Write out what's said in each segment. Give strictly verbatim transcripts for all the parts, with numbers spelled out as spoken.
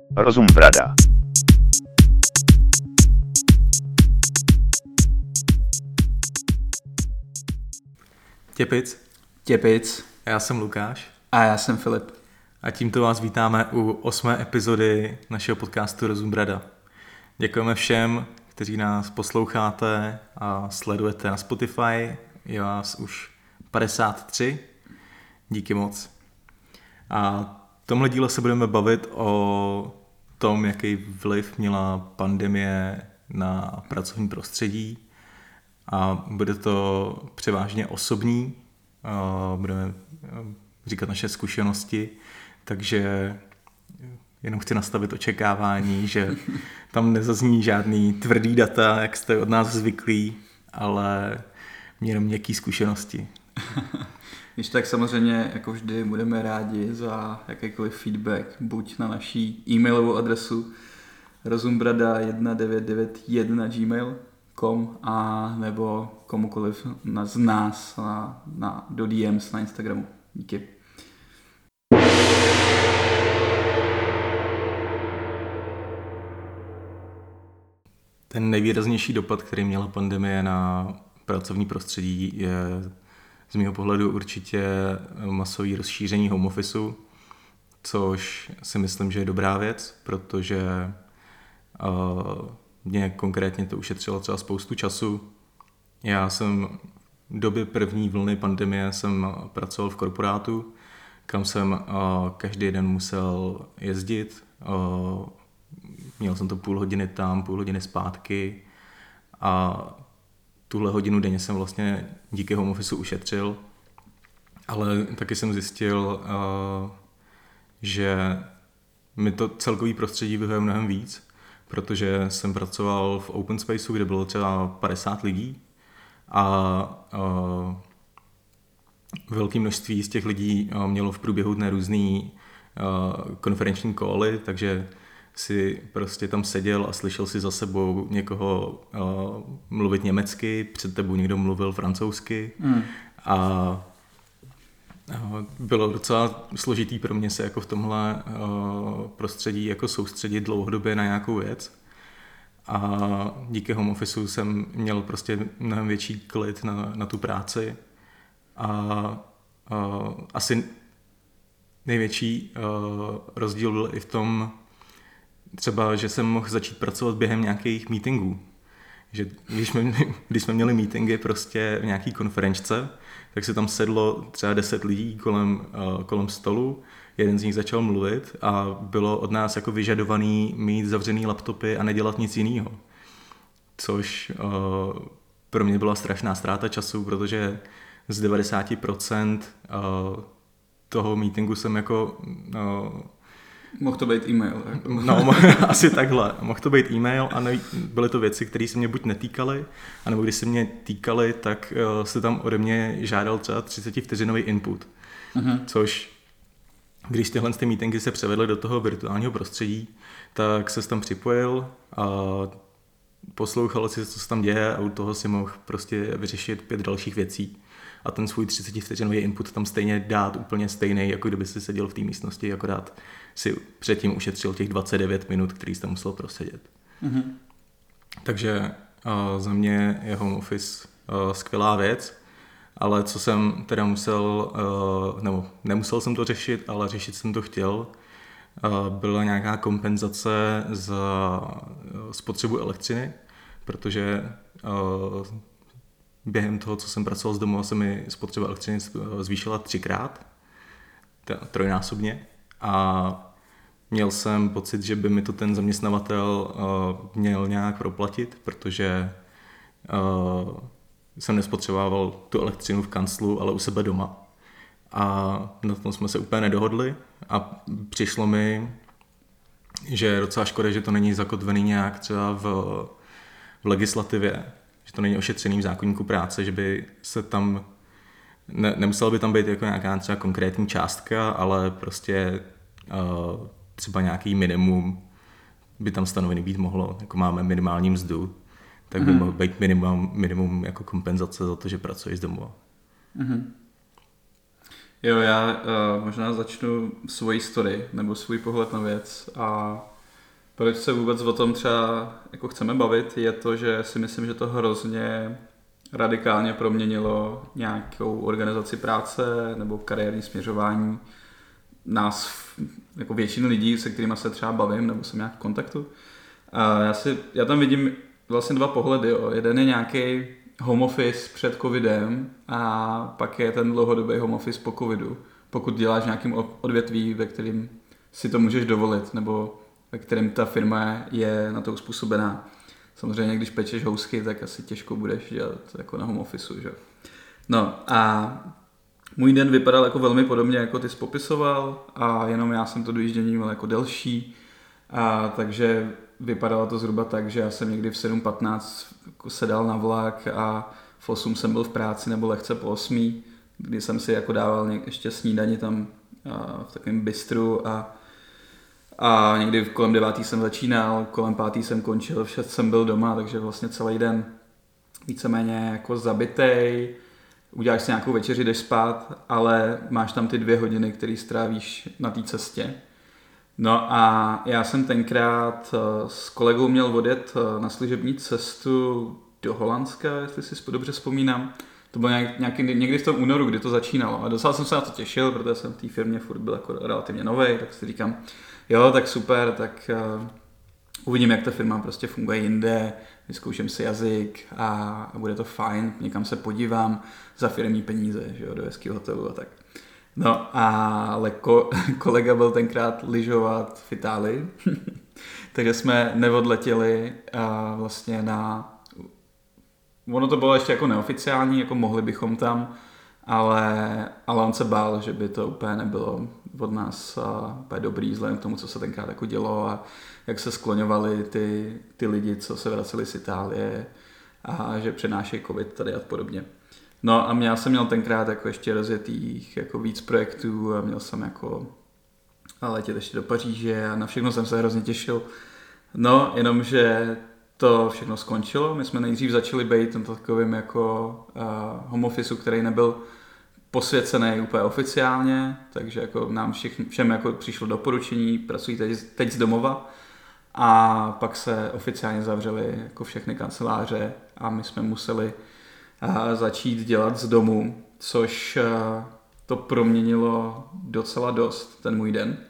Rozumbrada. Těpic. Těpic. Já jsem Lukáš. A já jsem Filip. A tímto vás vítáme u osmé epizody našeho podcastu Rozumbrada. Děkujeme všem, kteří nás posloucháte a sledujete na Spotify. Je vás už padesát tři. Díky moc. A v tomhle díle se budeme bavit o tom, jaký vliv měla pandemie na pracovní prostředí. A bude to převážně osobní. Budeme říkat naše zkušenosti, takže jenom chci nastavit očekávání, že tam nezazní žádný tvrdý data, jak jste od nás zvyklí, ale jenom měkký zkušenosti. Když tak samozřejmě, jako vždy, budeme rádi za jakýkoliv feedback, buď na naší e-mailovou adresu rozumbrada jedna devět devět jedna gmail tečka com a nebo komukoliv z nás na, na, do D Ms na Instagramu. Díky. Ten nejvýraznější dopad, který měla pandemie na pracovní prostředí, je z mého pohledu určitě masové rozšíření home officeu, což si myslím, že je dobrá věc, protože uh, mě konkrétně to ušetřilo třeba spoustu času. Já jsem v době první vlny pandemie jsem pracoval v korporátu, kam jsem uh, každý den musel jezdit. Uh, měl jsem to půl hodiny tam, půl hodiny zpátky a tuhle hodinu denně jsem vlastně díky home officeu ušetřil. Ale taky jsem zjistil, uh, že mi to celkový prostředí vyhovuje mnohem víc, protože jsem pracoval v open spaceu, kde bylo třeba padesát lidí a uh, velké množství z těch lidí uh, mělo v průběhu dne různý uh, konferenční cally, takže si prostě tam seděl a slyšel si za sebou někoho uh, mluvit německy, před tebou někdo mluvil francouzsky mm. a bylo docela složitý pro mě se jako v tomhle uh, prostředí jako soustředit dlouhodobě na nějakou věc. A díky home officeu jsem měl prostě mnohem větší klid na, na tu práci. A uh, asi největší uh, rozdíl byl i v tom, třeba, že jsem mohl začít pracovat během nějakých meetingů. Že když jsme, když jsme měli meetingy prostě v nějaký konferenčce, tak se tam sedlo třeba deset lidí kolem, uh, kolem stolu, jeden z nich začal mluvit a bylo od nás jako vyžadovaný mít zavřený laptopy a nedělat nic jiného. Což uh, pro mě byla strašná ztráta času, protože z devadesát procent uh, toho meetingu jsem jako... Uh, Mohl to být e-mail. Jako. No, asi takhle. Mohl to být e-mail a ne, byly to věci, které se mě buď netýkaly, anebo když se mě týkaly, tak uh, se tam ode mě žádal třeba třicetivteřinový input. Uh-huh. Což, když tyhle ty meetingy se převedly do toho virtuálního prostředí, tak se tam připojil a poslouchal si, co se tam děje a u toho si mohl prostě vyřešit pět dalších věcí. A ten svůj třicetivteřinový input tam stejně dát úplně stejný, jako kdyby si seděl v té místnosti, akorát si předtím ušetřil těch dvacet devět minut, který jsi tam musel prosedět. Mm-hmm. Takže uh, za mě je home office uh, skvělá věc, ale co jsem teda musel, uh, nebo nemusel jsem to řešit, ale řešit jsem to chtěl, uh, byla nějaká kompenzace za uh, spotřebu elektřiny, protože uh, během toho, co jsem pracoval z domu, se mi spotřeba elektřiny zvýšila třikrát, trojnásobně a měl jsem pocit, že by mi to ten zaměstnavatel uh, měl nějak proplatit, protože uh, jsem nespotřebával tu elektřinu v kanclu, ale u sebe doma. A na tom jsme se úplně nedohodli a přišlo mi, že je docela škoda, že to není zakotvený nějak třeba v, v legislativě, že to není ošetřený v zákoníku práce, že by se tam, ne, nemusela by tam být jako nějaká třeba konkrétní částka, ale prostě uh, třeba nějaký minimum by tam stanovený být mohlo, jako máme minimální mzdu, tak by mm. mohl být minimum, minimum jako kompenzace za to, že pracuješ z domova. Mm. Jo, já uh, možná začnu svoji story nebo svůj pohled na věc a Proč se vůbec o tom třeba jako chceme bavit, je to, že si myslím, že to hrozně radikálně proměnilo nějakou organizaci práce nebo kariérní směřování nás, jako většiny lidí, se kterými se třeba bavím nebo jsem nějak v kontaktu. A já, si, já tam vidím vlastně dva pohledy. Jo. Jeden je nějaký home office před covidem a pak je ten dlouhodobý home office po covidu. Pokud děláš nějakým odvětví, ve kterým si to můžeš dovolit, nebo ve kterém ta firma je na to uspůsobená. Samozřejmě, když pečeš housky, tak asi těžko budeš dělat jako na home officeu, že? No a můj den vypadal jako velmi podobně, jako ty jsi popisoval, a jenom já jsem to dojíždění měl jako delší, a takže vypadalo to zhruba tak, že já jsem někdy v sedm patnáct jako sedal na vlak a v osm jsem byl v práci nebo lehce po osmí, kdy jsem si jako dával ještě snídani tam v takovém bistru a A někdy kolem devátý jsem začínal, kolem pátý jsem končil, v šest jsem byl doma, takže vlastně celý den víceméně jako zabitej. Uděláš si nějakou večeři, jdeš spát, ale máš tam ty dvě hodiny, které strávíš na té cestě. No a já jsem tenkrát s kolegou měl odjet na služební cestu do Holandska, jestli si dobře vzpomínám. To bylo nějak, nějaký, někdy v tom únoru, kdy to začínalo. A docela jsem se na to těšil, protože jsem v té firmě furt byl jako relativně novej, tak si říkám, jo, tak super, tak uh, uvidím, jak ta firma prostě funguje jinde, vyzkouším si jazyk a, a bude to fajn, někam se podívám za firmní peníze, že jo, do hezkého hotelu a tak. No a ale ko, kolega byl tenkrát lyžovat v Itálii, takže jsme neodletěli uh, vlastně na... Ono to bylo ještě jako neoficiální, jako mohli bychom tam, ale, ale on se bál, že by to úplně nebylo od nás uh, úplně dobrý, vzhledem k tomu, co se tenkrát jako dělo a jak se skloňovali ty, ty lidi, co se vraceli z Itálie a že přenášejí covid tady a podobně. No a já jsem měl tenkrát jako ještě rozjetých jako víc projektů a měl jsem jako letět ještě do Paříže a na všechno jsem se hrozně těšil. No, jenomže to všechno skončilo. My jsme nejdřív začali být na takovým jako uh, home officeu, který nebyl posvěcený úplně oficiálně, takže jako nám všech, všem jako přišlo doporučení, pracují teď, teď z domova a pak se oficiálně zavřely jako všechny kanceláře a my jsme museli uh, začít dělat z domu, což uh, to proměnilo docela dost, ten můj den.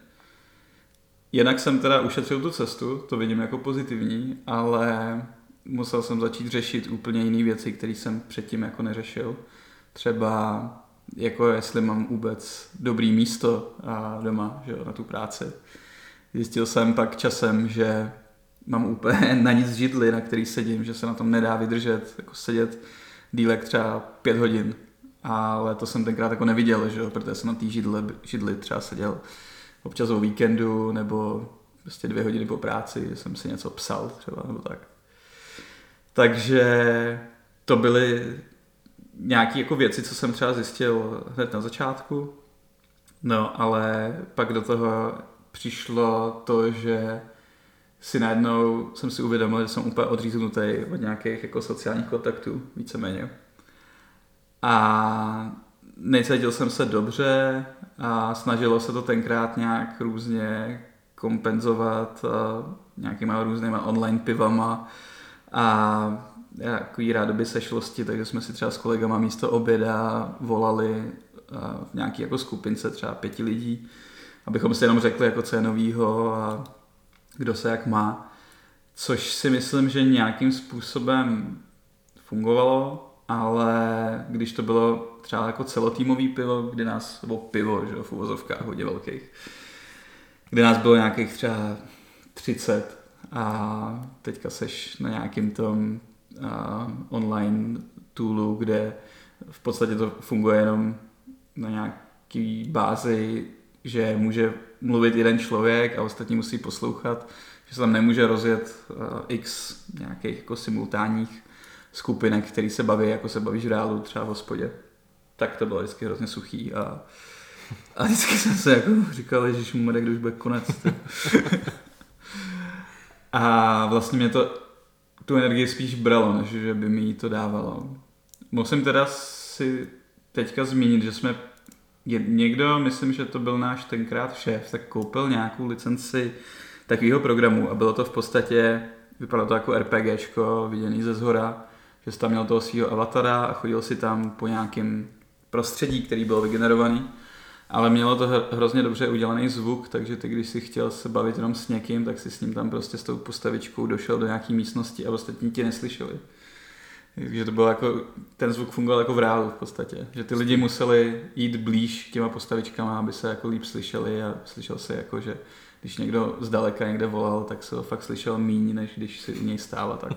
Jinak jsem teda ušetřil tu cestu, to vidím jako pozitivní, ale musel jsem začít řešit úplně jiné věci, které jsem předtím jako neřešil. Třeba jako jestli mám vůbec dobrý místo doma, že jo, na tu práci. Zjistil jsem pak časem, že mám úplně na nic židli, na který sedím, že se na tom nedá vydržet, jako sedět dílek třeba pět hodin. Ale to jsem tenkrát jako neviděl, že jo, protože jsem na té židli, židli třeba seděl občas o víkendu nebo prostě dvě hodiny po práci, jsem si něco psal třeba nebo tak. Takže to byly nějaké jako věci, co jsem třeba zjistil hned na začátku. No, ale pak do toho přišlo to, že si najednou jsem si uvědomil, že jsem úplně odříznutý od nějakých jako sociálních kontaktů, víceméně. A necítil jsem se dobře a snažilo se to tenkrát nějak různě kompenzovat nějakýma různýma online pivama a takový rádoby sešlosti, takže jsme si třeba s kolegama místo oběda volali v nějaký jako skupince třeba pěti lidí, abychom si jenom řekli, jako co je novýho a kdo se jak má, což si myslím, že nějakým způsobem fungovalo, ale když to bylo třeba jako celotýmový pivo, kdy nás, nebo pivo, že v uvozovkách hodně velkých, kdy nás bylo nějakých třeba třicet a teďka seš na nějakým tom uh, online toolu, kde v podstatě to funguje jenom na nějaký bázi, že může mluvit jeden člověk a ostatní musí poslouchat, že se tam nemůže rozjet uh, x nějakých jako simultánních skupinek, který se baví, jako se bavíš v reálu, třeba v hospodě. Tak to bylo vždycky hrozně suchý a, a vždycky jsem se jako říkal, ježišmarja, kdo už bude konec. A vlastně mě to tu energii spíš bralo, než že by mi to dávalo. Musím teda si teďka zmínit, že jsme někdo, myslím, že to byl náš tenkrát šéf, tak koupil nějakou licenci takového programu a bylo to v podstatě, vypadalo to jako RPGčko viděný ze zhora, že jsi tam měl toho svého avatara a chodil si tam po nějakém prostředí, který byl vygenerovaný, ale mělo to hrozně dobře udělaný zvuk, takže ty, když si chtěl se bavit jenom s někým, tak si s ním tam prostě s tou postavičkou došel do nějaký místnosti a ostatní ti neslyšeli. Takže to bylo jako, ten zvuk fungoval jako v reálu v podstatě, že ty lidi museli jít blíž k těma postavičkama, aby se jako líp slyšeli a slyšel se jako, že když někdo zdaleka někde volal, tak se ho fakt slyšel míň, než když si u něj stál a tak.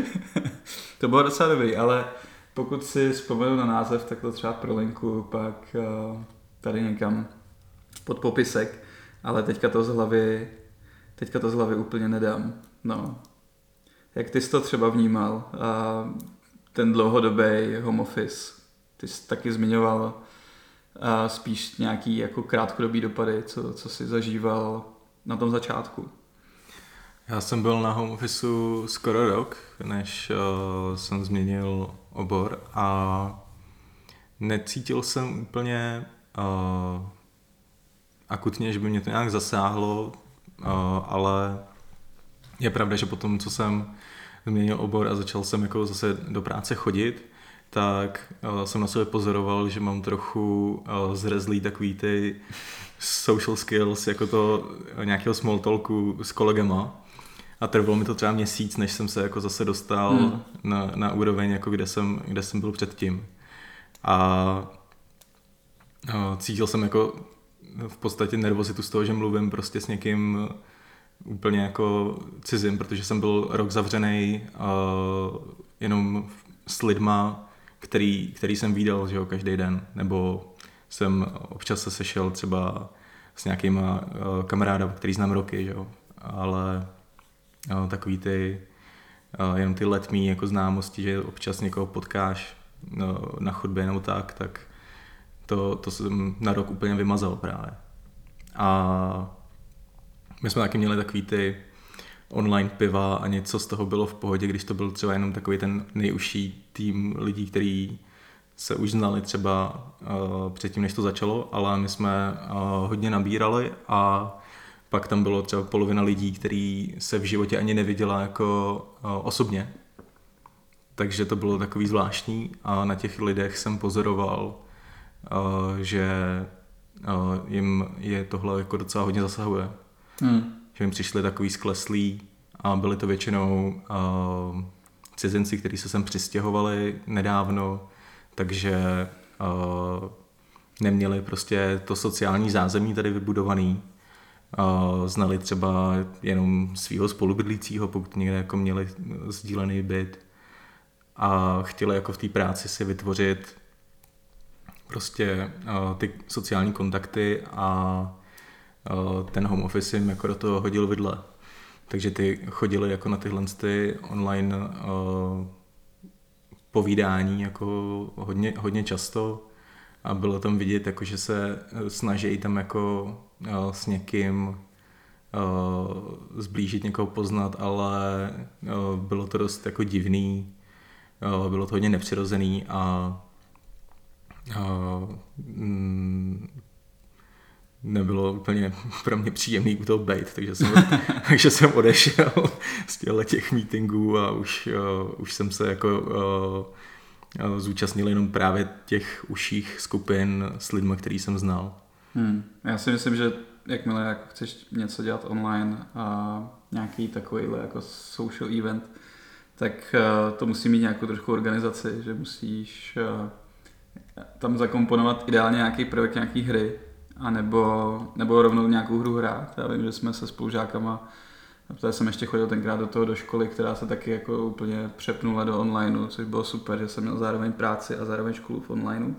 To bylo docela dobrý, ale pokud si vzpomenu na název, tak to třeba prolinku pak tady někam pod popisek, ale teďka to z hlavy, teďka to z hlavy úplně nedám. No. Jak ty jsi to třeba vnímal? A ten dlouhodobý home office, ty jsi taky zmiňoval a spíš nějaký jako krátkodobý dopady, co, co jsi zažíval na tom začátku. Já jsem byl na home officeu skoro rok, než uh, jsem změnil obor a necítil jsem úplně uh, akutně, že by mě to nějak zasáhlo, uh, ale je pravda, že potom, co jsem změnil obor a začal jsem jako zase do práce chodit, tak uh, jsem na sobě pozoroval, že mám trochu uh, zrezlý takový ty social skills, jako to uh, nějakého small talku s kolegama. A trvalo mi to třeba měsíc, než jsem se jako zase dostal hmm. na, na úroveň, jako kde jsem, kde jsem byl předtím. A uh, cítil jsem jako v podstatě nervozitu z toho, že mluvím prostě s někým úplně jako cizím, protože jsem byl rok zavřenej uh, jenom s lidma, který, který jsem vídal, že jo, každý den, nebo jsem občas se sešel třeba s nějakýma uh, kamarádama, který znám roky, že jo, ale uh, takový ty uh, jenom ty letmí jako známosti, že občas někoho potkáš uh, na chodbě nebo tak, tak to, to jsem na rok úplně vymazal právě. A my jsme taky měli takový ty online piva a něco z toho bylo v pohodě, když to byl třeba jenom takový ten nejužší tým lidí, který se už znali třeba uh, předtím, než to začalo, ale my jsme uh, hodně nabírali a pak tam bylo třeba polovina lidí, který se v životě ani neviděla jako uh, osobně. Takže to bylo takový zvláštní a na těch lidech jsem pozoroval, uh, že uh, jim je tohle jako docela hodně zasahuje. Hmm. Že jim přišli takový skleslí a byli to většinou uh, cizinci, kteří se sem přistěhovali nedávno, takže uh, neměli prostě to sociální zázemí tady vybudovaný. Uh, znali třeba jenom svého spolubydlícího, pokud někde jako měli sdílený byt a chtěli jako v té práci si vytvořit prostě uh, ty sociální kontakty a ten home office jim jako do toho hodil vidle. Takže ty chodili jako na tyhle ty online uh, povídání jako hodně, hodně často a bylo tam vidět, jako, že se snaží tam jako uh, s někým uh, zblížit, někoho poznat, ale uh, bylo to dost jako divný, uh, bylo to hodně nepřirozený a uh, mm, nebylo úplně pro mě příjemný u toho bejt, takže jsem, takže jsem odešel z těchto těch meetingů a už, uh, už jsem se jako uh, uh, zúčastnil jenom právě těch užších skupin s lidmi, který jsem znal. Hmm. Já si myslím, že jakmile jako chceš něco dělat online a nějaký takovýhle jako social event, tak uh, to musí mít nějakou trošku organizaci, že musíš uh, tam zakomponovat ideálně nějaký prvek, nějaký hry, a nebo, nebo rovnou nějakou hru hrát. Já vím, že jsme se spolužákama, protože jsem ještě chodil tenkrát do toho do školy, která se taky jako úplně přepnula do onlineu, což bylo super, že jsem měl zároveň práci a zároveň školu v onlineu.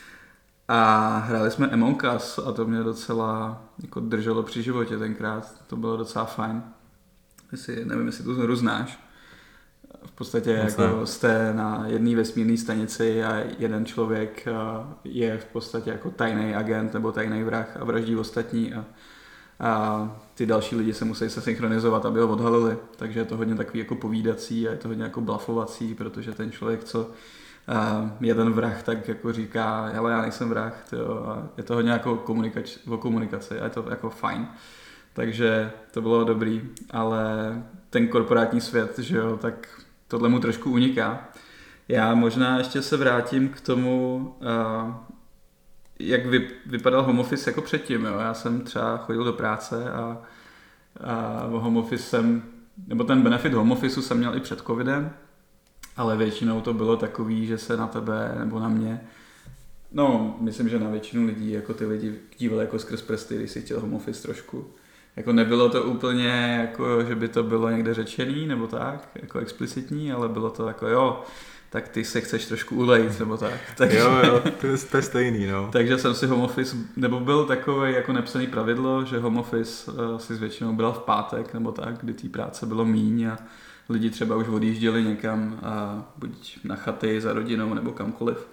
A hráli jsme Among Us a to mě docela jako drželo při životě tenkrát, to bylo docela fajn. Jestli, nevím, jestli tu hru znáš. V podstatě jako jste na jedné vesmírné stanici a jeden člověk je v podstatě jako tajný agent nebo tajný vrah a vraždí ostatní a, a ty další lidi se musí se synchronizovat, aby ho odhalili. Takže je to hodně takový jako povídací a je to hodně jako blafovací, protože ten člověk, co je ten vrah, tak jako říká, hele, já nejsem vrah, tyjo, a je to hodně jako komunikač, o komunikaci a je to jako fajn. takže to bylo dobrý, ale ten korporátní svět, že jo, tak tohle mu trošku uniká. Já možná ještě se vrátím k tomu, uh, jak vy, vypadal home office jako předtím. Jo. Já jsem třeba chodil do práce a, a home office jsem, nebo ten benefit home officeu jsem měl i před covidem, ale většinou to bylo takový, že se na tebe nebo na mě, no myslím, že na většinu lidí, jako ty lidi dívali jako skrz prsty, když si chtěl home office trošku. Jako nebylo to úplně, jako, že by to bylo někde řečený nebo tak, jako explicitní, ale bylo to jako jo, tak ty se chceš trošku ulejt, nebo tak. Takže, jo, jo, to je, to je stejný, no. Takže jsem si home office, nebo byl takový jako nepsaný pravidlo, že home office uh, si většinou bral v pátek, nebo tak, kdy té práce bylo míň a lidi třeba už odjížděli někam, a buď na chaty za rodinou, nebo kamkoliv.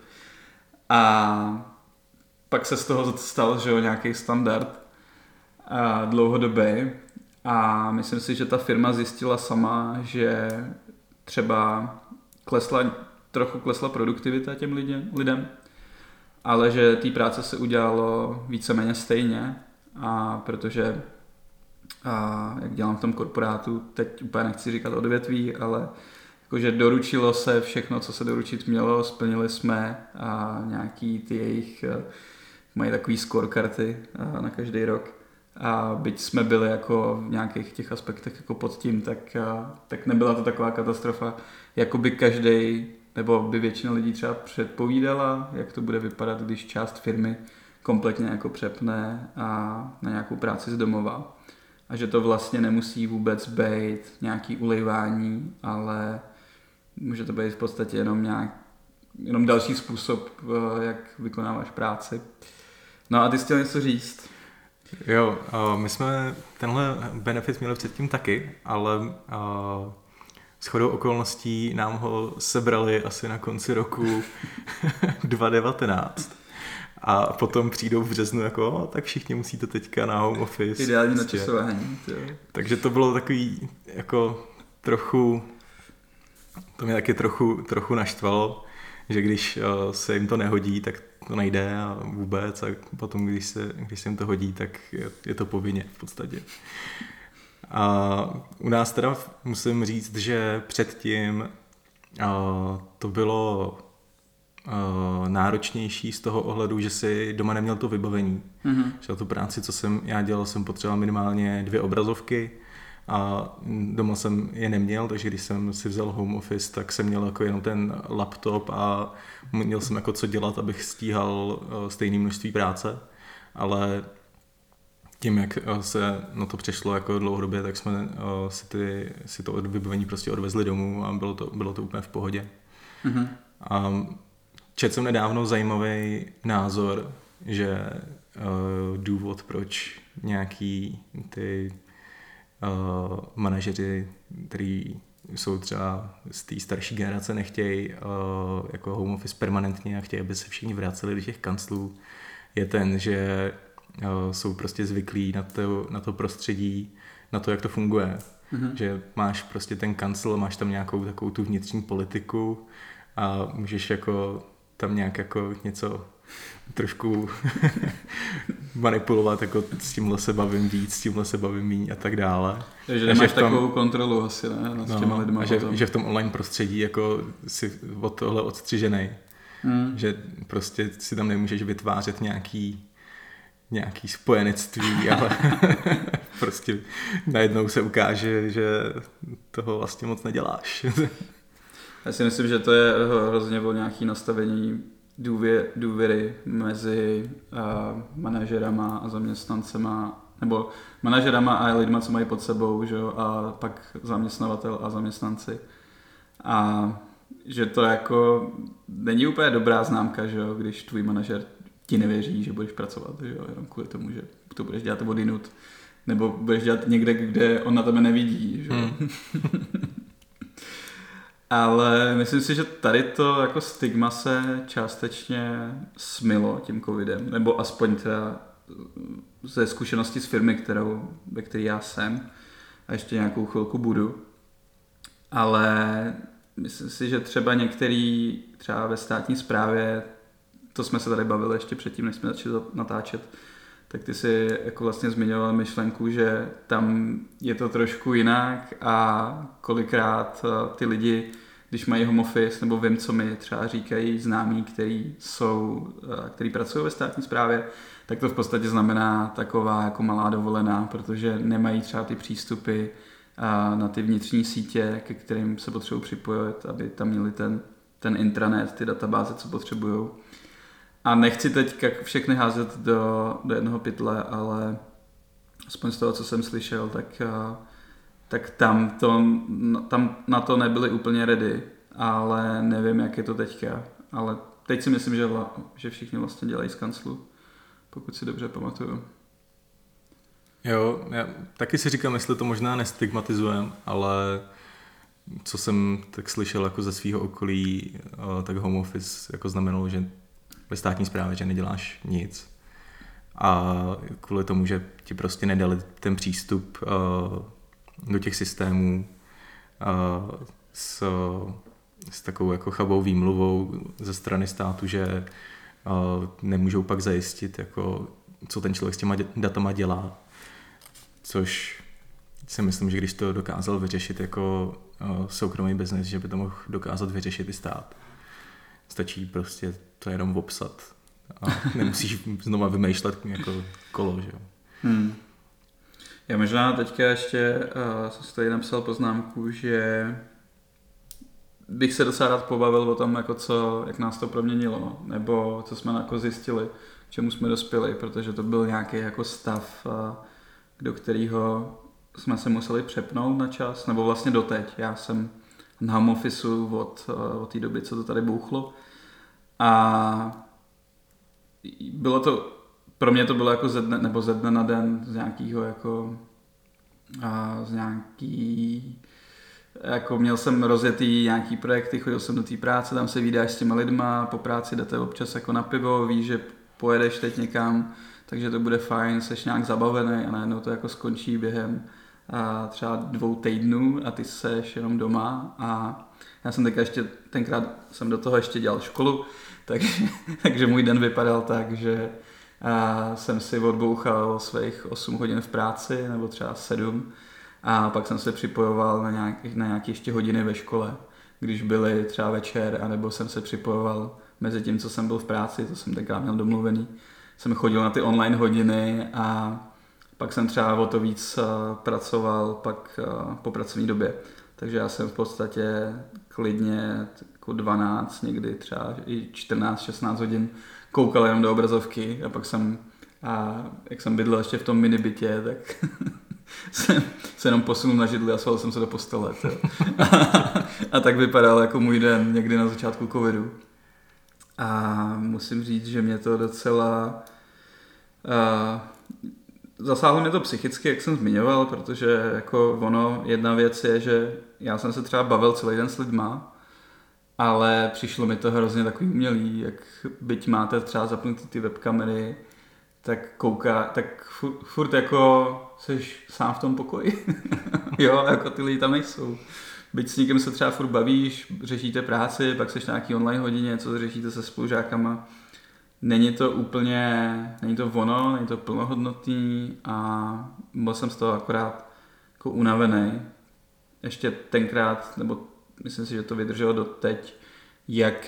A pak se z toho stal, že jo, nějaký standard a dlouhodobý. A myslím si, že ta firma zjistila sama, že třeba klesla, trochu klesla produktivita těm lidem, lidem, ale že té práce se udělalo víceméně stejně, a protože a jak dělám v tom korporátu, teď úplně nechci říkat odvětví, ale jakože doručilo se všechno, co se doručit mělo, splnili jsme a nějaký ty jejich, mají takový scorekarty na každý rok. A byť jsme byli jako v nějakých těch aspektech jako pod tím, tak, tak nebyla to taková katastrofa, jako by každý, nebo by většina lidí třeba předpovídala, jak to bude vypadat, když část firmy kompletně jako přepne a na nějakou práci z domova. A že to vlastně nemusí vůbec být nějaký ulejvání, ale může to být v podstatě jenom nějak, jenom další způsob, jak vykonáváš práci. No a ty jsi chtěl něco říct? Jo, uh, my jsme tenhle benefit měli předtím taky, ale uh, shodou okolností nám ho sebrali asi na konci roku dva tisíce devatenáct. A potom přijdou v březnu jako, oh, tak všichni musíte teďka na home office. Ideální prostě načasování. Takže to bylo takový jako trochu, to mě taky trochu, trochu naštvalo, že když uh, se jim to nehodí, tak to nejde a vůbec, a potom, když se, když se jim to hodí, tak je, je to povinně v podstatě. A u nás teda musím říct, že předtím uh, to bylo uh, náročnější z toho ohledu, že si doma neměl to vybavení. Mm-hmm. Že tu práci, co jsem já dělal, jsem potřeboval minimálně dvě obrazovky a doma jsem je neměl, takže když jsem si vzal home office, tak jsem měl jako jenom ten laptop a měl jsem jako co dělat, abych stíhal stejné množství práce, ale tím, jak se na to přešlo jako dlouhodobě, tak jsme si, ty, si to vybavení prostě odvezli domů a bylo to, bylo to úplně v pohodě. Mm-hmm. A četl jsem nedávno zajímavý názor, že uh, důvod, proč nějaký ty Uh, manažeři, kteří jsou třeba z té starší generace, nechtějí uh, jako home office permanentně a chtějí, aby se všichni vraceli do těch kanclů, je ten, že uh, jsou prostě zvyklí na to, na to prostředí, na to, jak to funguje. Mm-hmm. Že máš prostě ten kancel, máš tam nějakou takovou tu vnitřní politiku a můžeš jako tam nějak jako něco trošku manipulovat, jako s tímhle se bavím víc, s tímhle se bavím míň a tak dále. Takže nemáš tom, takovou kontrolu asi, ne? Nad no, těma lidma. A že, že v tom online prostředí jako si od tohle odstřiženej. Hmm. Že prostě si tam nemůžeš vytvářet nějaký nějaký spojenectví, ale prostě najednou se ukáže, že toho vlastně moc neděláš. Já si myslím, že to je hrozně o nějaký nastavení důvě, důvěry mezi uh, manažerama a zaměstnancema, nebo manažerama a lidma, co mají pod sebou, že jo, a pak zaměstnavatel a zaměstnanci. A že to jako není úplně dobrá známka, že jo, když tvůj manažer ti nevěří, že budeš pracovat, že jo, jenom kvůli tomu, že to budeš dělat odinut, nebo budeš dělat někde, kde on na tebe nevidí, že jo. Hmm. Ale myslím si, že tady to jako stigma se částečně smylo tím covidem, nebo aspoň teda ze zkušenosti z firmy, kterou, ve které já jsem a ještě nějakou chvilku budu. Ale myslím si, že třeba některý, třeba ve státní správě, to jsme se tady bavili ještě předtím, než jsme začali natáčet, tak ty si jako vlastně zmiňoval myšlenku, že tam je to trošku jinak a kolikrát ty lidi, když mají home office, nebo vím, co mi třeba říkají známí, který jsou, který pracují ve státní správě, tak to v podstatě znamená taková jako malá dovolená, protože nemají třeba ty přístupy na ty vnitřní sítě, ke kterým se potřebují připojit, aby tam měli ten, ten intranet, ty databáze, co potřebují. A nechci teď všechny házet do, do jednoho pytle, ale aspoň z toho, co jsem slyšel, tak, tak tam, to, tam na to nebyli úplně ready, ale nevím, jak je to teďka. Ale teď si myslím, že, vla, že všichni vlastně dělají z kanclu, pokud si dobře pamatuju. Jo, já taky si říkám, jestli to možná nestigmatizujeme, ale co jsem tak slyšel jako ze svého okolí, tak home office jako znamenalo, že ve státní správě, že neděláš nic a kvůli tomu, že ti prostě nedali ten přístup uh, do těch systémů uh, s, s takovou jako chabou výmluvou ze strany státu, že uh, nemůžou pak zajistit, jako, co ten člověk s těma datama dělá, což si myslím, že když to dokázal vyřešit jako uh, soukromý biznes, že by to mohl dokázat vyřešit i stát. Stačí prostě to jenom obsat a nemusíš znova vymýšlet jako kolo, že jo. Hmm. Já možná teďka ještě uh, jsem si tady napsal poznámku, že bych se docela rád pobavil o tom, jako co, jak nás to proměnilo, nebo co jsme jako zjistili, k čemu jsme dospěli, protože to byl nějaký jako stav, uh, do kterého jsme se museli přepnout na čas, nebo vlastně doteď. Já jsem na home officeu od, od té doby, co to tady bouchlo. A bylo to, pro mě to bylo jako ze dne, nebo ze dne na den z nějakého jako, a z nějaký, jako měl jsem rozjetý nějaký projekty, chodil jsem do té práce, tam se vídáš s těma lidma, po práci jdete občas jako na pivo, víš, že pojedeš teď někam, takže to bude fajn, seš nějak zabavený a najednou to jako skončí během a třeba dvou týdnů a ty seš jenom doma a já jsem teďka ještě, tenkrát jsem do toho ještě dělal školu, takže, takže můj den vypadal tak, že a jsem si odbouchal svých osm hodin v práci nebo třeba sedm a pak jsem se připojoval na nějaké, na nějaké ještě hodiny ve škole, když byly třeba večer, anebo jsem se připojoval mezi tím, co jsem byl v práci, to jsem tenkrát měl domluvený, jsem chodil na ty online hodiny a pak jsem třeba o to víc pracoval pak po pracovní době. Takže já jsem v podstatě klidně jako dvanáct, někdy třeba i čtrnáct šestnáct hodin koukal jenom do obrazovky a pak jsem, a jak jsem bydlel ještě v tom minibytě, tak jsem se jenom posunul na židli a sval jsem se do postele. A, a tak vypadal jako můj den někdy na začátku covidu. A musím říct, že mě to docela... Uh, zasáhlo mě to psychicky, jak jsem zmiňoval, protože jako ono, jedna věc je, že já jsem se třeba bavil celý den s lidma, ale přišlo mi to hrozně takový umělý, jak byť máte třeba zapnutý ty webkamery, tak kouká, tak furt, furt jako seš sám v tom pokoji. Jo, jako ty lidi tam nejsou. Byť s někým se třeba furt bavíš, řešíte práci, pak seš na nějaký online hodině, co řešíte se spolužákama. Není to úplně, není to ono, není to plnohodnotný a byl jsem z toho akorát jako unavený. Ještě tenkrát, nebo myslím si, že to vydrželo doteď, jak,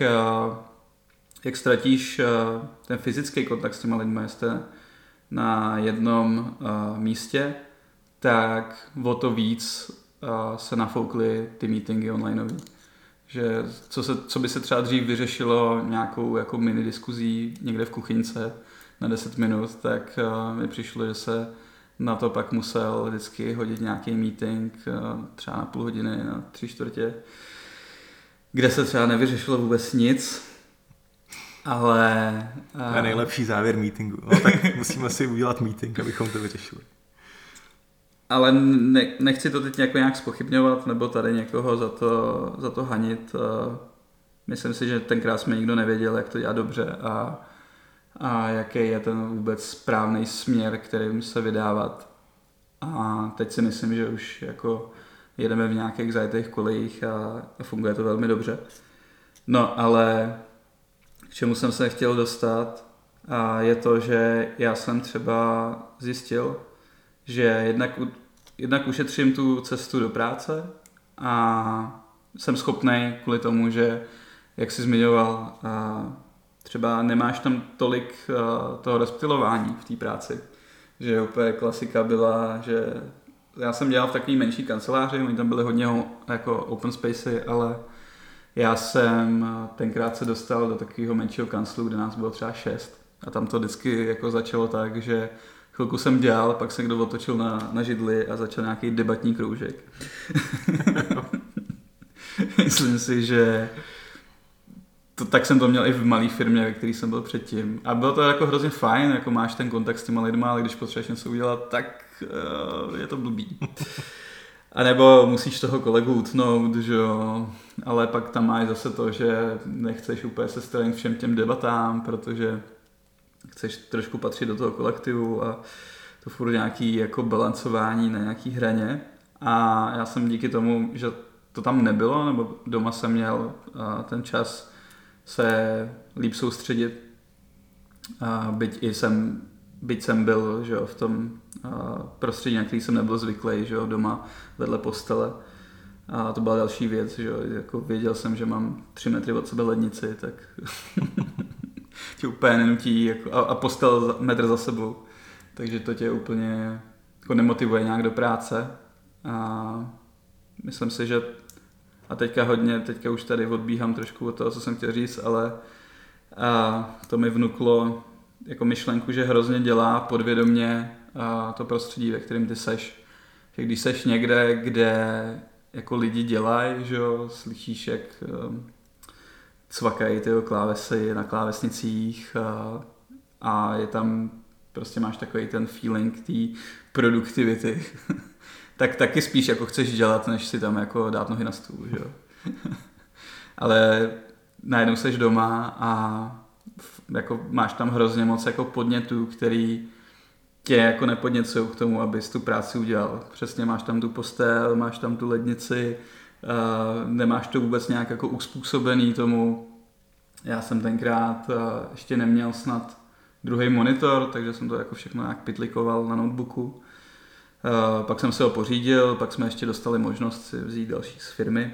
jak ztratíš ten fyzický kontakt s těma lidmi, jste na jednom místě, tak o to víc se nafoukly ty meetingy onlineový. Že co, se, co by se třeba dřív vyřešilo nějakou jako mini diskuzí někde v kuchyňce na deset minut, tak uh, mi přišlo, že se na to pak musel vždycky hodit nějaký meeting uh, třeba na půl hodiny, na tři čtvrtě, kde se třeba nevyřešilo vůbec nic, ale... Uh... To je nejlepší závěr meetingu. No tak musíme si udělat meeting, abychom to vyřešili. Ale ne, nechci to teď jako nějak zpochybňovat nebo tady někoho za to, za to hanit. Myslím si, že tenkrát jsme nikdo nevěděl, jak to dělat dobře a, a jaký je ten vůbec správný směr, kterým se vydávat. A teď si myslím, že už jako jedeme v nějakých zajetých kolejích a, a funguje to velmi dobře. No ale k čemu jsem se chtěl dostat, a je to, že já jsem třeba zjistil, že jednak, jednak ušetřím tu cestu do práce a jsem schopný kvůli tomu, že, jak jsi zmiňoval, třeba nemáš tam tolik toho rozptylování v té práci. Že úplně klasika byla, že já jsem dělal v takové menší kanceláři, oni tam byli hodně jako open spacey, ale já jsem tenkrát se dostal do takového menšího kanclu, kde nás bylo třeba šest. A tam to vždycky jako začalo tak, že chvilku jsem dělal, pak se kdo otočil na, na židli a začal nějaký debatní kroužek. Myslím si, že to, tak jsem to měl i v malé firmě, ve které jsem byl předtím. A bylo to jako hrozně fajn, jako máš ten kontakt s těma lidma, ale když potřebuješ něco udělat, tak uh, je to blbý. A nebo musíš toho kolegu utnout, že jo, ale pak tam máš zase to, že nechceš úplně se stránit všem těm debatám, protože chceš trošku patřit do toho kolektivu a to furt nějaký jako balancování na nějaký hraně. A já jsem díky tomu, že to tam nebylo, nebo doma jsem měl uh, ten čas se líp soustředit. A byť i jsem, byť jsem byl, že jo, v tom a, prostředí, na který jsem nebyl zvyklý, že jo, doma vedle postele. A to byla další věc, že jo, jako věděl jsem, že mám tři metry od sebe lednici, tak tě úplně nenutí, jako, a, a postel metr za sebou. Takže to tě úplně jako nemotivuje nějak do práce. A myslím si, že a teďka hodně, teďka už tady odbíhám trošku od toho, co jsem chtěl říct, ale a to mi vnuklo jako myšlenku, že hrozně dělá podvědomě a to prostředí, ve kterém ty seš. Že když seš někde, kde jako lidi dělají, že jo, slyšíš, jak um, cvakají ty klávesy na klávesnicích a, a je tam, prostě máš takový ten feeling té produktivity. Tak taky spíš jako chceš dělat, než si tam jako dát nohy na stůl, že jo. Ale najednou seš doma a jako máš tam hrozně moc jako podnětů, který tě jako nepodněcují k tomu, abys tu práci udělal. Přesně máš tam tu postel, máš tam tu lednici, uh, nemáš to vůbec nějak jako uspůsobený tomu. Já jsem tenkrát uh, ještě neměl snad druhý monitor, takže jsem to jako všechno nějak pitlikoval na notebooku. Uh, pak jsem se ho pořídil, pak jsme ještě dostali možnost si vzít další z firmy.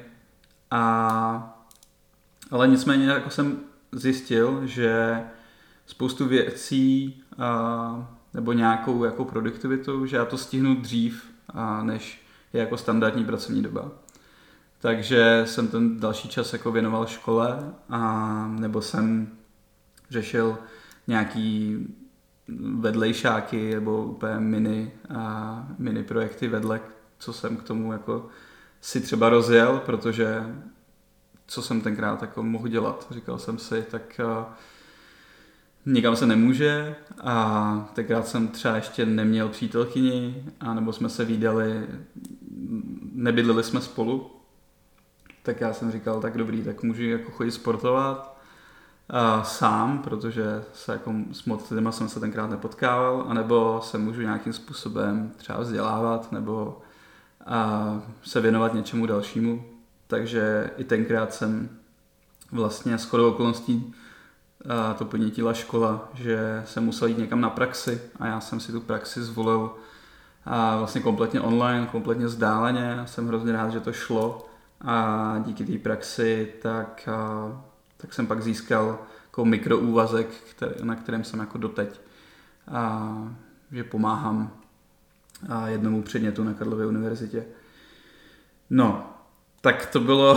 A, ale nicméně jako jsem zjistil, že spoustu věcí uh, nebo nějakou jako produktivitu, že já to stihnu dřív, uh, než je jako standardní pracovní doba. Takže jsem ten další čas jako věnoval škole a nebo jsem řešil nějaký vedlejšáky nebo úplně mini, a mini projekty vedle, co jsem k tomu jako si třeba rozjel, protože co jsem tenkrát jako mohl dělat. Říkal jsem si, tak nikam se nemůže a tenkrát jsem třeba ještě neměl přítelkyni a nebo jsme se vídali, nebydleli jsme spolu, tak já jsem říkal, tak dobrý, tak můžu jako chodit sportovat a sám, protože se jako s moc lidma jsem se tenkrát nepotkával, anebo se můžu nějakým způsobem třeba vzdělávat nebo a se věnovat něčemu dalšímu. Takže i tenkrát jsem vlastně shodou okolností a to podnětila škola, že jsem musel jít někam na praxi a já jsem si tu praxi zvolil a vlastně kompletně online, kompletně vzdáleně. Jsem hrozně rád, že to šlo a díky té praxi tak, a, tak jsem pak získal jako mikroúvazek, který, na kterém jsem jako doteď. A, že pomáhám a jednomu předmětu na Karlově univerzitě. No, tak to bylo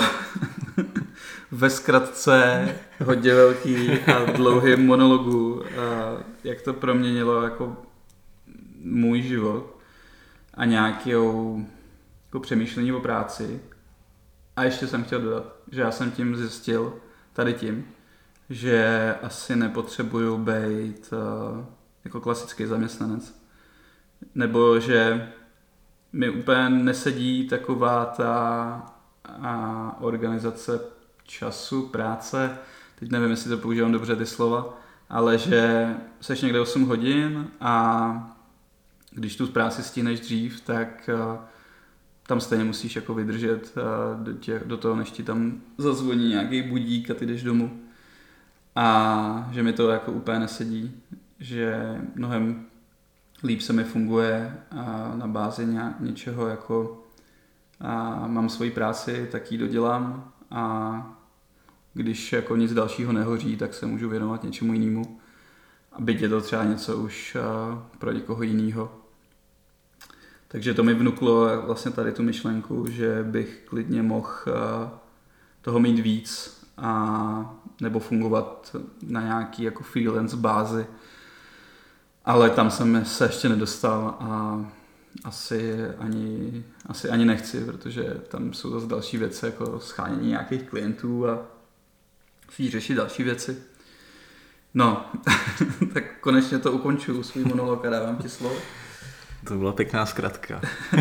ve zkratce hodně velký a dlouhý monologu, a jak to proměnilo jako můj život a nějakou jako přemýšlení o práci. A ještě jsem chtěl dodat, že já jsem tím zjistil, tady tím, že asi nepotřebuju být uh, jako klasický zaměstnanec. Nebo že mi úplně nesedí taková ta a organizace času, práce, teď nevím, jestli to používám dobře ty slova, ale že seš někde osm hodin a když tu práci stihneš dřív, tak uh, tam stejně musíš jako vydržet uh, do, tě, do toho, než ti tam zazvoní nějaký budík a ty jdeš domů. a že mi to jako úplně nesedí, že mnohem líp se mi funguje a na bázi nějak, něčeho jako a mám svoji práci, tak ji dodělám a když jako nic dalšího nehoří, tak se můžu věnovat něčemu jinému. A byť je to třeba něco už pro někoho jiného. Takže to mi vnuklo vlastně tady tu myšlenku, že bych klidně mohl toho mít víc a nebo fungovat na nějaký jako freelance bázi. Ale tam jsem se ještě nedostal a asi ani, asi ani nechci, protože tam jsou zase další věci, jako schánění nějakých klientů a musí řešit další věci. No, tak konečně to ukončuju, svůj monolog a dávám ti slovo. To byla pěkná zkratka.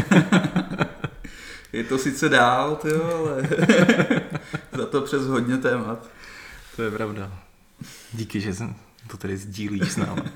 Je to sice dál, tyjo, ale za to přes hodně témat. To je pravda. Díky, že jsem to tady sdílíš s námi.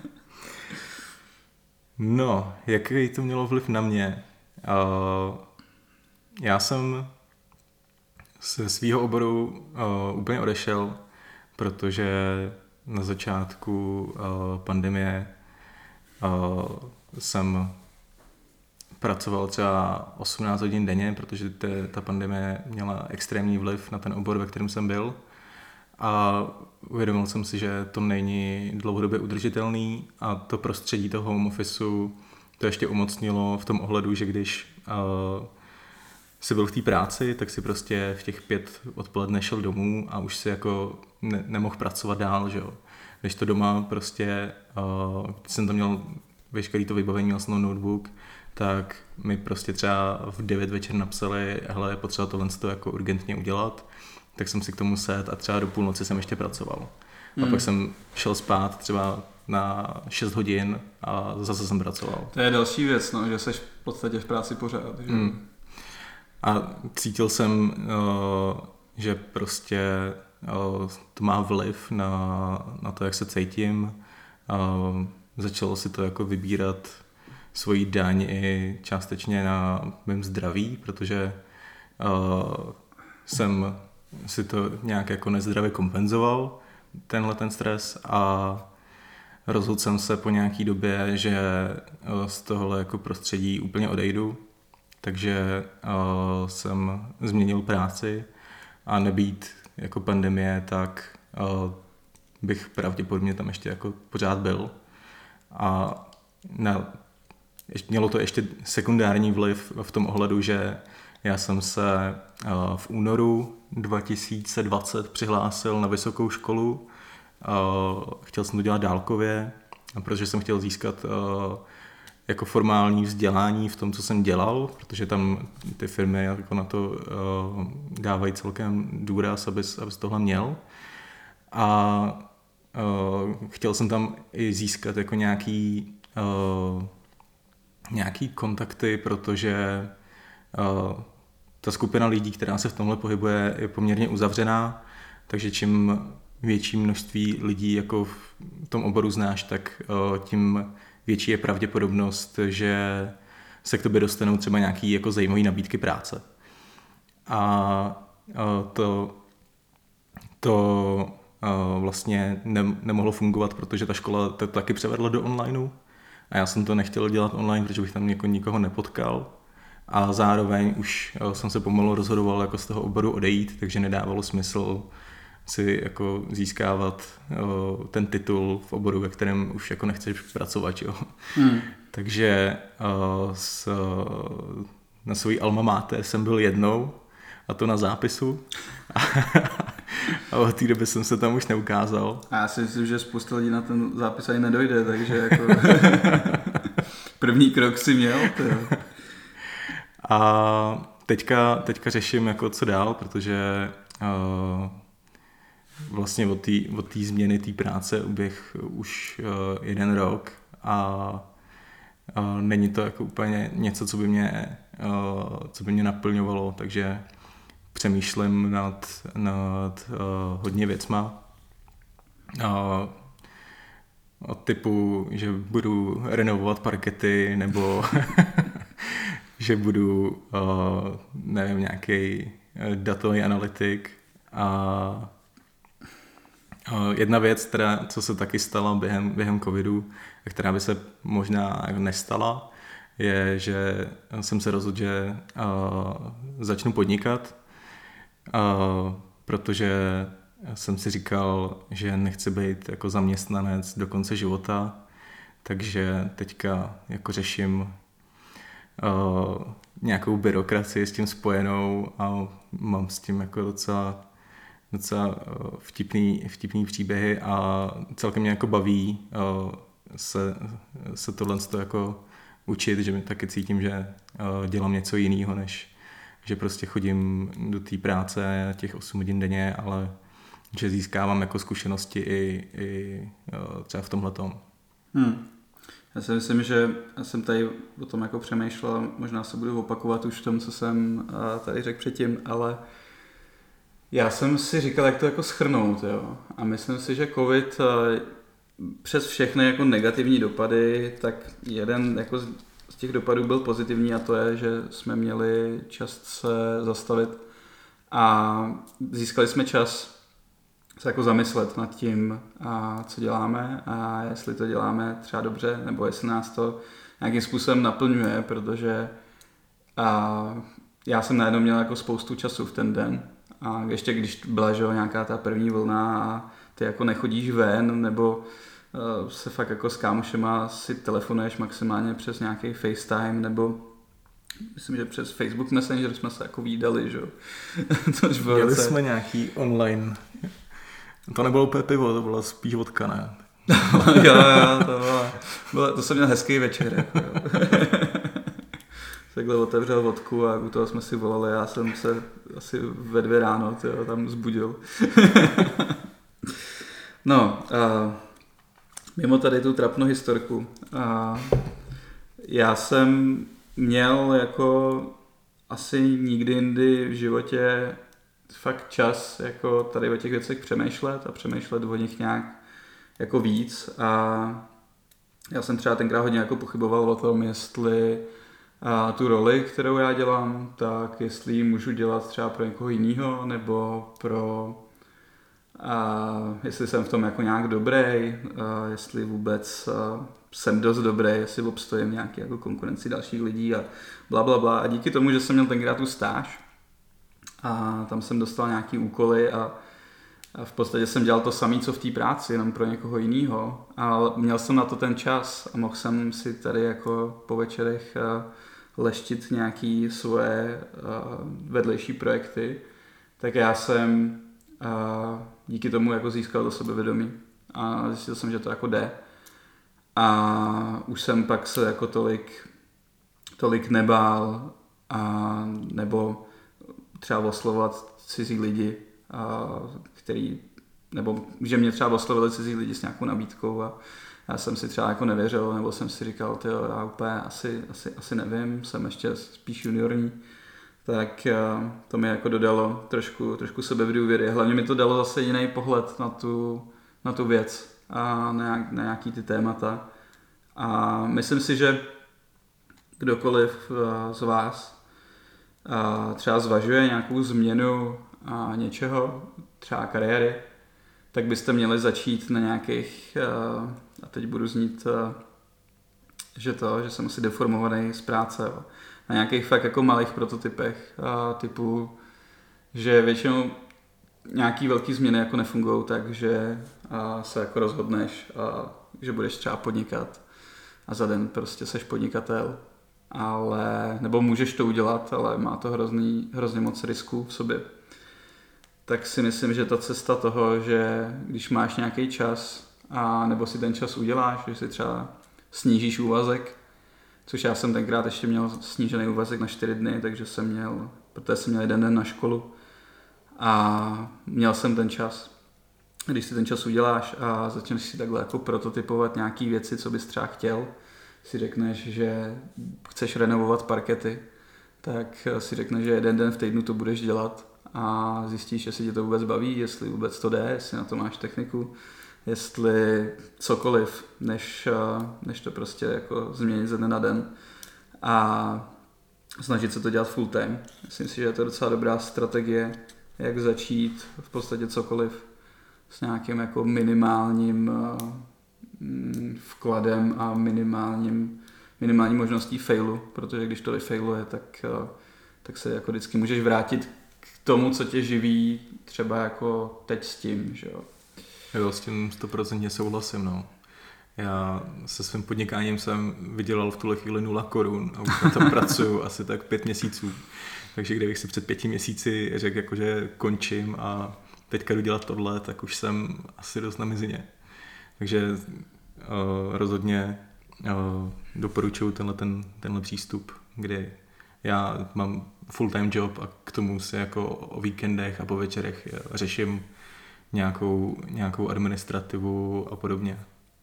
No, jaký to mělo vliv na mě? Uh, já jsem ze svého oboru uh, úplně odešel, protože na začátku uh, pandemie uh, jsem pracoval třeba osmnáct hodin denně, protože te, ta pandemie měla extrémní vliv na ten obor, ve kterém jsem byl. A uvědomil jsem si, že to není dlouhodobě udržitelný a to prostředí toho home officeu to ještě umocnilo v tom ohledu, že když uh, jsi byl v té práci, tak si prostě v těch pět odpoledne šel domů a už si jako ne- nemohl pracovat dál, že jo. Když to doma prostě, uh, jsem tam měl veškerý to vybavení, měl jsem notebook, tak mi prostě třeba v devět večer napsali, hele, potřeba tohle to jako urgentně udělat, tak jsem si k tomu sedl a třeba do půlnoci jsem ještě pracoval. Hmm. A pak jsem šel spát třeba na šest hodin a zase jsem pracoval. To je další věc, no, že jsi v podstatě v práci pořád. Že? Hmm. A cítil jsem, že prostě to má vliv na, na to, jak se cítím. Začalo si to jako vybírat svoji daň i částečně na mém zdraví, protože jsem si to nějak jako nezdravě kompenzoval, tenhle ten stres, a rozhodl jsem se po nějaký době, že z tohohle jako prostředí úplně odejdu, takže uh, jsem změnil práci a nebýt jako pandemie, tak uh, bych pravděpodobně tam ještě jako pořád byl. A na, mělo to ještě sekundární vliv v tom ohledu, že já jsem se uh, v únoru dva tisíce dvacet přihlásil na vysokou školu. Uh, chtěl jsem to dělat dálkově, protože jsem chtěl získat uh, jako formální vzdělání v tom, co jsem dělal, protože tam ty firmy jako na to uh, dávají celkem důraz, abys, abys tohle měl. A uh, chtěl jsem tam i získat jako nějaký, uh, nějaký kontakty, protože uh, ta skupina lidí, která se v tomhle pohybuje, je poměrně uzavřená, takže čím větší množství lidí jako v tom oboru znáš, tak uh, tím větší je pravděpodobnost, že se k tobě dostanou třeba nějaký jako zajímavý nabídky práce. A uh, to, to uh, vlastně ne, nemohlo fungovat, protože ta škola to taky převedla do onlineu a já jsem to nechtěl dělat online, protože bych tam jako nikoho nepotkal. A zároveň už uh, jsem se pomalu rozhodoval jako z toho oboru odejít, takže nedávalo smysl si jako získávat uh, ten titul v oboru, ve kterém už jako nechceš pracovat, jo. Hmm. Takže uh, s, uh, na svůj alma mater jsem byl jednou, a to na zápisu. A od té doby jsem se tam už neukázal. A já si myslím, že spousta lidí na ten zápis ani nedojde, takže jako první krok si měl. To. A teďka, teďka řeším, jako co dál, protože uh, vlastně od té od té změny té práce uběh už uh, jeden rok a uh, není to jako úplně něco, co by mě, uh, co by mě naplňovalo, takže přemýšlím nad, nad uh, hodně věcma. Uh, od typu, že budu renovovat parkety, nebo že budu, uh, nevím, nějaký datový analytik a Jedna věc, která, co se taky stala během, během covidu, a která by se možná nestala, je, že jsem se rozhodl, že uh, začnu podnikat, uh, protože jsem si říkal, že nechci být jako zaměstnanec do konce života, takže teďka jako řeším uh, nějakou byrokracii s tím spojenou a mám s tím jako docela docela vtipný, vtipný příběhy a celkem mě jako baví uh, se, se tohle jako učit, že mi taky cítím, že uh, dělám něco jiného, než že prostě chodím do té práce těch osm hodin denně, ale že získávám jako zkušenosti i, i uh, třeba v tomhletom. Hmm. Já si myslím, že já jsem tady o tom jako přemýšlel, možná se budu opakovat už v tom, co jsem uh, tady řekl předtím, ale já jsem si říkal, jak to jako shrnout, jo. A myslím si, že covid přes všechny jako negativní dopady, tak jeden jako z těch dopadů byl pozitivní a to je, že jsme měli čas se zastavit a získali jsme čas se jako zamyslet nad tím, a co děláme a jestli to děláme třeba dobře, nebo jestli nás to nějakým způsobem naplňuje, protože a já jsem najednou měl jako spoustu času v ten den. A ještě když byla že, nějaká ta první vlna a ty jako nechodíš ven, nebo uh, se fakt jako s kámošema si telefonuješ maximálně přes nějaký FaceTime, nebo myslím, že přes Facebook Messenger jsme se jako vídali, že? Měli jsme nějaký online. To nebylo úplně pivo, to bylo spíš vodka, ne? jo, jo, to bylo, bylo, to jsem měl hezký večer. Jako, jo. Takhle otevřel vodku a u toho jsme si volali, já jsem se asi ve dvě ráno tyjo, tam zbudil. no, uh, mimo tady tu trapnou historku, uh, já jsem měl jako asi nikdy jindy v životě fakt čas jako tady o těch věcech přemýšlet a přemýšlet o nich nějak jako víc a já jsem třeba tenkrát hodně jako pochyboval o tom, jestli a tu roli, kterou já dělám, tak jestli ji můžu dělat třeba pro někoho jiného, nebo pro, a jestli jsem v tom jako nějak dobrý, a jestli vůbec a jsem dost dobrý, jestli obstojím nějaký jako konkurenci dalších lidí a bla, bla, bla. A díky tomu, že jsem měl tenkrát tu stáž a tam jsem dostal nějaký úkoly a, a v podstatě jsem dělal to samé, co v té práci, jenom pro někoho jiného. A měl jsem na to ten čas a mohl jsem si tady jako po večerech leštit nějaký svoje uh, vedlejší projekty, tak já jsem uh, díky tomu jako získal do sebevědomí a zjistil jsem, že to jako jde. A už jsem pak se jako tolik, tolik nebál a nebo třeba oslovovat cizí lidi, uh, který, nebo že mě třeba oslovili cizí lidi s nějakou nabídkou a já jsem si třeba jako nevěřil, nebo jsem si říkal, tyjo, já úplně asi, asi, asi nevím, jsem ještě spíš juniorní, tak to mi jako dodalo trošku, trošku sebedůvěry. Hlavně mi to dalo zase jiný pohled na tu, na tu věc a na, nějak, na nějaký ty témata. A myslím si, že kdokoliv z vás třeba zvažuje nějakou změnu a něčeho, třeba kariéry, tak byste měli začít na nějakých, a teď budu znít, že to, že jsem asi deformovaný z práce, na nějakých fakt jako malých prototypech, typu, že většinou nějaký velký změny jako nefungují, takže se jako rozhodneš, že budeš třeba podnikat a za den prostě seš podnikatel, ale, nebo můžeš to udělat, ale má to hrozný, hrozně moc risků v sobě. Tak si myslím, že ta cesta toho, že když máš nějaký čas a nebo si ten čas uděláš, že si třeba snížíš úvazek, což já jsem tenkrát ještě měl snížený úvazek na čtyři dny, takže jsem měl, protože jsem měl jeden den na školu a měl jsem ten čas. Když si ten čas uděláš a začneš si takhle jako prototypovat nějaký věci, co bys třeba chtěl, si řekneš, že chceš renovovat parkety, tak si řekneš, že jeden den v týdnu to budeš dělat a zjistíš, jestli tě to vůbec baví, jestli vůbec to jde, jestli na to máš techniku, jestli cokoliv, než, než to prostě jako změnit ze dne na den a snažit se to dělat full time. Myslím si, že je to docela dobrá strategie, jak začít v podstatě cokoliv s nějakým jako minimálním vkladem a minimálním, minimální možností failu, protože když to vyfailuje, tak, tak se jako vždycky můžeš vrátit k tomu, co tě živí, třeba jako teď s tím, že jo. Jo, s tím stoprocentně souhlasím, no. Já se svým podnikáním jsem vydělal v tuhle chvíli nula korun a už na tom pracuju asi tak pět měsíců. Takže kdybych si před pěti měsíci řekl, jakože končím a teďka jdu dělat tohle, tak už jsem asi dost na mizině. Takže uh, rozhodně uh, doporučuji tenhle, ten, tenhle přístup, kdy já mám full-time job a k tomu si jako o víkendech a po večerech řeším nějakou, nějakou administrativu a podobně.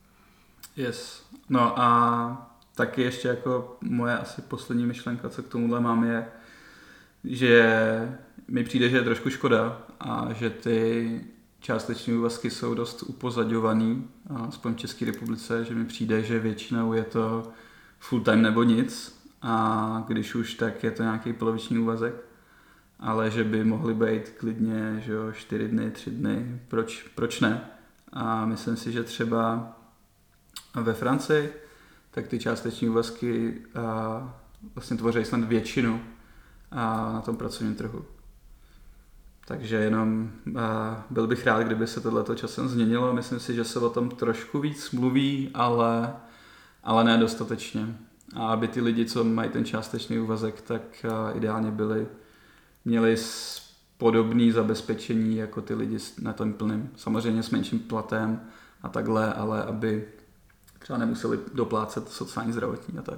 Yes. No a taky ještě jako moje asi poslední myšlenka, co k tomuhle mám, je, že mi přijde, že je trošku škoda a že ty částeční úvazky jsou dost upozaďovaný, aspoň v České republice, že mi přijde, že většinou je to full time nebo nic a když už, tak je to nějaký poloviční úvazek, ale že by mohly být klidně, že jo, čtyři dny, tři dny, proč, proč ne? A myslím si, že třeba ve Francii, tak ty částeční úvazky a, vlastně tvoří snad většinu a, na tom pracovním trhu. Takže jenom a, byl bych rád, kdyby se tohleto časem změnilo. Myslím si, že se o tom trošku víc mluví, ale, ale ne dostatečně. A aby ty lidi, co mají ten částečný úvazek, tak a, ideálně byli, měli podobné zabezpečení jako ty lidi na tom plným. Samozřejmě s menším platem a takhle, ale aby třeba nemuseli doplácet sociální, zdravotní a tak.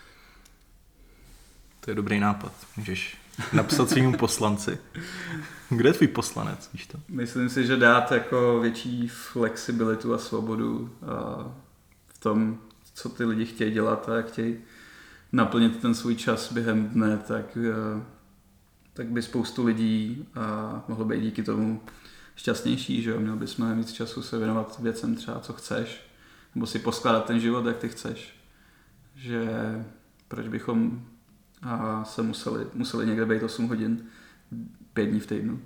To je dobrý nápad. Můžeš napsat svým poslanci. Kde je tvůj poslanec, víš to? Myslím si, že dát jako větší flexibilitu a svobodu v tom, co ty lidi chtějí dělat a jak chtějí naplnit ten svůj čas během dne, tak, tak by spoustu lidí mohlo být díky tomu šťastnější, že jo? Měl bys mnohem víc času se věnovat věcem třeba, co chceš, nebo si poskládat ten život, jak ty chceš. Že proč bychom a se museli, museli někde být osm hodin, pět dní v týdnu.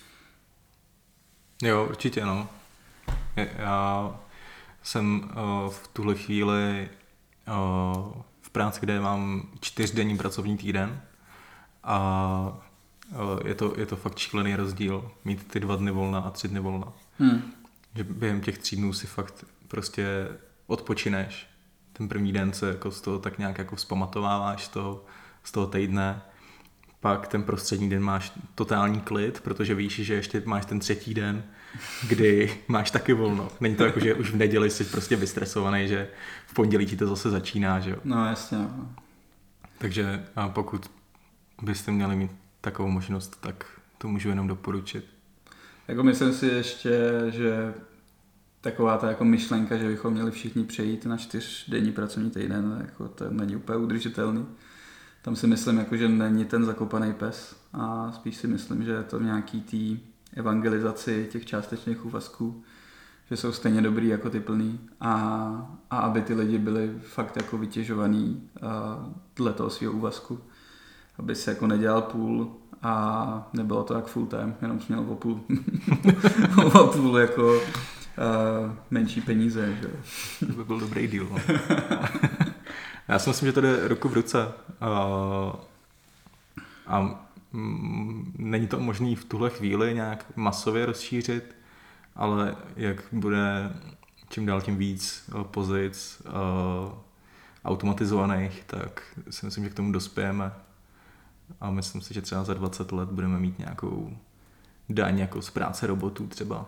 Jo, určitě, no. Já jsem uh, v tuhle chvíli uh, v práci, kde mám čtyřdenní pracovní týden a uh, je to, je to fakt šílený rozdíl mít ty dva dny volna a tři dny volna. Hmm. Že během těch tří dnů si fakt prostě odpočineš. Ten první den se jako z toho tak nějak jako vzpamatováváš z toho, z toho týdne. Pak ten prostřední den máš totální klid, protože víš, že ještě máš ten třetí den, kdy máš taky volno. Není to jako, že už v neděli jsi prostě vystresovaný, že v pondělí ti to zase začíná, že jo? No jasně. No. Takže a pokud byste měli mít takovou možnost, tak to můžu jenom doporučit. Jako myslím si ještě, že taková ta jako myšlenka, že bychom měli všichni přejít na čtyřdenní pracovní týden, jako to není úplně udržitelný. Tam si myslím, jako, že není ten zakopaný pes a spíš si myslím, že je to v nějaký té evangelizaci těch částečných úvazků, že jsou stejně dobrý jako ty plný a, a aby ty lidi byli fakt jako vytěžovaný dle toho svého úvazku, aby se jako nedělal půl a nebylo to jak full time, jenom jsi měl o půl, o půl jako uh, menší peníze. Že? To by byl dobrý deal. No. Já si myslím, že to jde ruku v ruce uh, a mm, není to možné v tuhle chvíli nějak masově rozšířit, ale jak bude čím dál tím víc pozic uh, automatizovaných, tak si myslím, že k tomu dospějeme a myslím si, že třeba za dvacet let budeme mít nějakou daň jako z práce robotů třeba.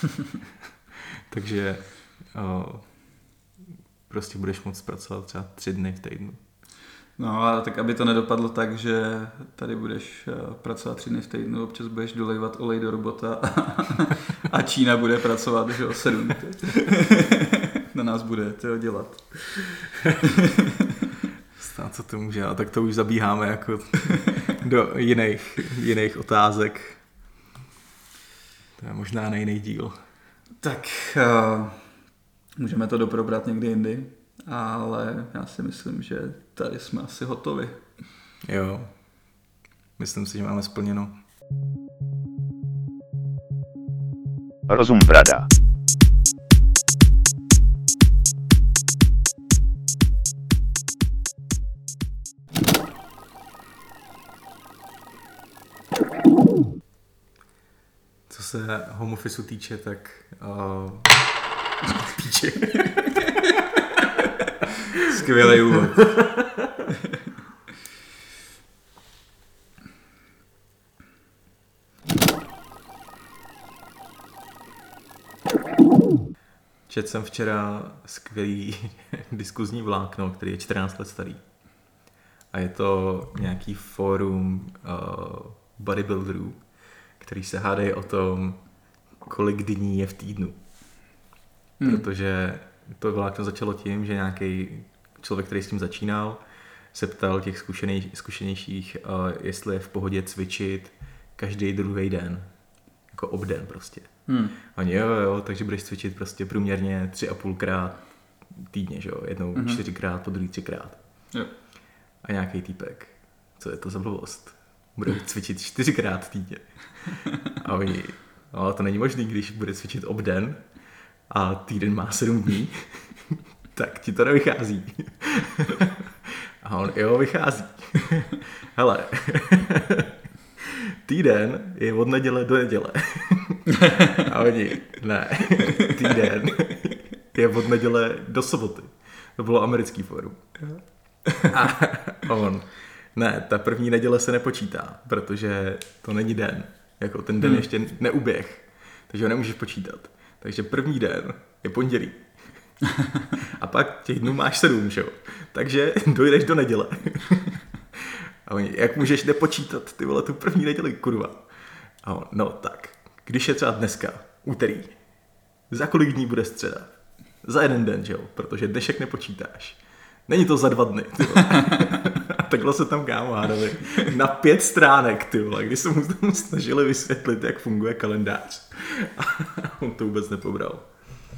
Takže uh, prostě budeš moct pracovat třeba tři dny v týdnu. No a tak aby to nedopadlo tak, že tady budeš pracovat tři dny v týdnu, občas budeš dolejvat olej do robota a Čína bude pracovat, že o sedm. Na nás bude to dělat. Stát, co to může, a tak to už zabíháme jako do jiných, jiných otázek. To je možná na jiný díl. Tak uh, můžeme to doprobrat někdy jindy, ale já si myslím, že tady jsme asi hotovi. Jo, myslím si, že máme splněno. Rozum brada. Co se home officeu týče, tak uh, týče. Skvělý úvod. Četl jsem včera skvělý diskuzní vlákno, který je čtrnáct let starý. A je to nějaký fórum uh, bodybuilderů, který se hádají o tom, kolik dní je v týdnu. Hmm. Protože to vlákno začalo tím, že nějaký člověk, který s tím začínal, se ptal těch zkušenej, zkušenějších, uh, jestli je v pohodě cvičit každý druhý den. Jako obden prostě. Hmm. Oni jo, jo, takže budeš cvičit prostě průměrně tři a půlkrát týdně, že jo, jednou mm-hmm. čtyřikrát, po druhý třikrát. Jo. A nějaký týpek, co je to za blbost? Bude cvičit čtyřikrát týdně. A oni, no to není možný, když bude cvičit obden a týden má sedm dní, tak ti to nevychází. A on, jo, vychází. Hele, týden je od neděle do neděle. A oni, ne, týden je od neděle do soboty. To bylo americký fórum. A on, ne, ta první neděle se nepočítá, protože to není den. Jako ten den hmm. ještě neuběh, takže ho nemůžeš počítat. Takže první den je pondělí. A pak těch dnů máš sedm, že jo? Takže dojdeš do neděle. A oni, jak můžeš nepočítat, ty vole, tu první neděli, kurva. A on, no tak, když je třeba dneska, úterý, za kolik dní bude středa? Za jeden den, že jo? Protože dnešek nepočítáš. Není to za dva dny, ty vole. A takhle se tam kámo hádali. Na pět stránek, ty vole, když se mu tam snažili vysvětlit, jak funguje kalendář. A on to vůbec nepobral.